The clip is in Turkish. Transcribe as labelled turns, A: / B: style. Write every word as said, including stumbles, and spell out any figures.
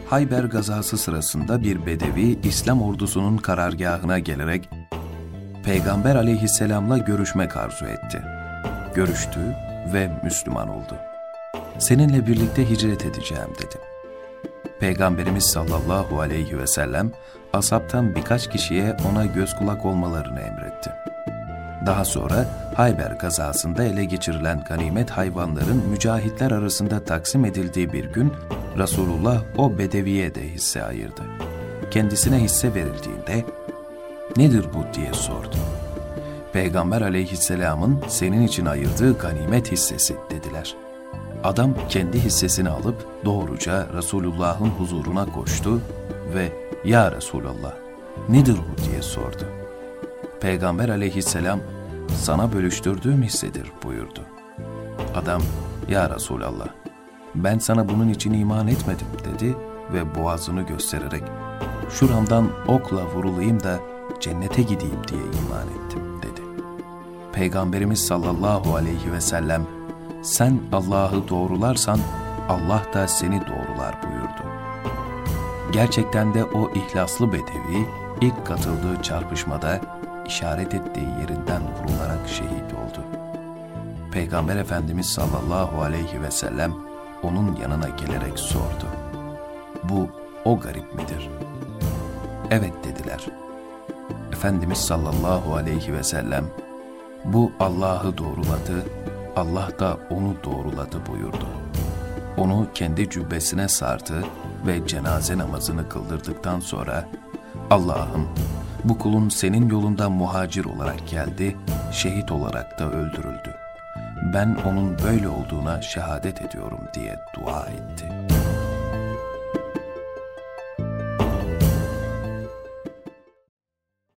A: Hayber gazası sırasında bir bedevi İslam ordusunun karargahına gelerek Peygamber aleyhisselamla görüşmek arzu etti. Görüştü ve Müslüman oldu. Seninle birlikte hicret edeceğim dedi. Peygamberimiz sallallahu aleyhi ve sellem ashabtan birkaç kişiye ona göz kulak olmalarını emretti. Daha sonra Hayber gazasında ele geçirilen ganimet hayvanların mücahitler arasında taksim edildiği bir gün Resulullah o bedeviye de hisse ayırdı. Kendisine hisse verildiğinde "Nedir bu?" diye sordu. Peygamber aleyhisselamın senin için ayırdığı ganimet hissesi dediler. Adam kendi hissesini alıp doğruca Resulullah'ın huzuruna koştu ve "Ya Resulallah, nedir bu?" diye sordu. Peygamber aleyhisselam "Sana bölüştürdüğüm hissedir" buyurdu. Adam "Ya Resulallah, ben sana bunun için iman etmedim" dedi ve boğazını göstererek "Şuramdan okla vurulayım da cennete gideyim diye iman ettim" dedi. Peygamberimiz sallallahu aleyhi ve sellem "Sen Allah'ı doğrularsan Allah da seni doğrular" buyurdu. Gerçekten de o ihlaslı bedevi ilk katıldığı çarpışmada işaret ettiği yerinden vurularak şehit oldu. Peygamber Efendimiz sallallahu aleyhi ve sellem onun yanına gelerek sordu. "Bu o garip midir?" "Evet" dediler. Efendimiz sallallahu aleyhi ve sellem "Bu Allah'ı doğruladı, Allah da onu doğruladı" buyurdu. Onu kendi cübbesine sardı ve cenaze namazını kıldırdıktan sonra "Allah'ım, bu kulun senin yolunda muhacir olarak geldi, şehit olarak da öldürüldü. Ben onun böyle olduğuna şehadet ediyorum" diye dua etti.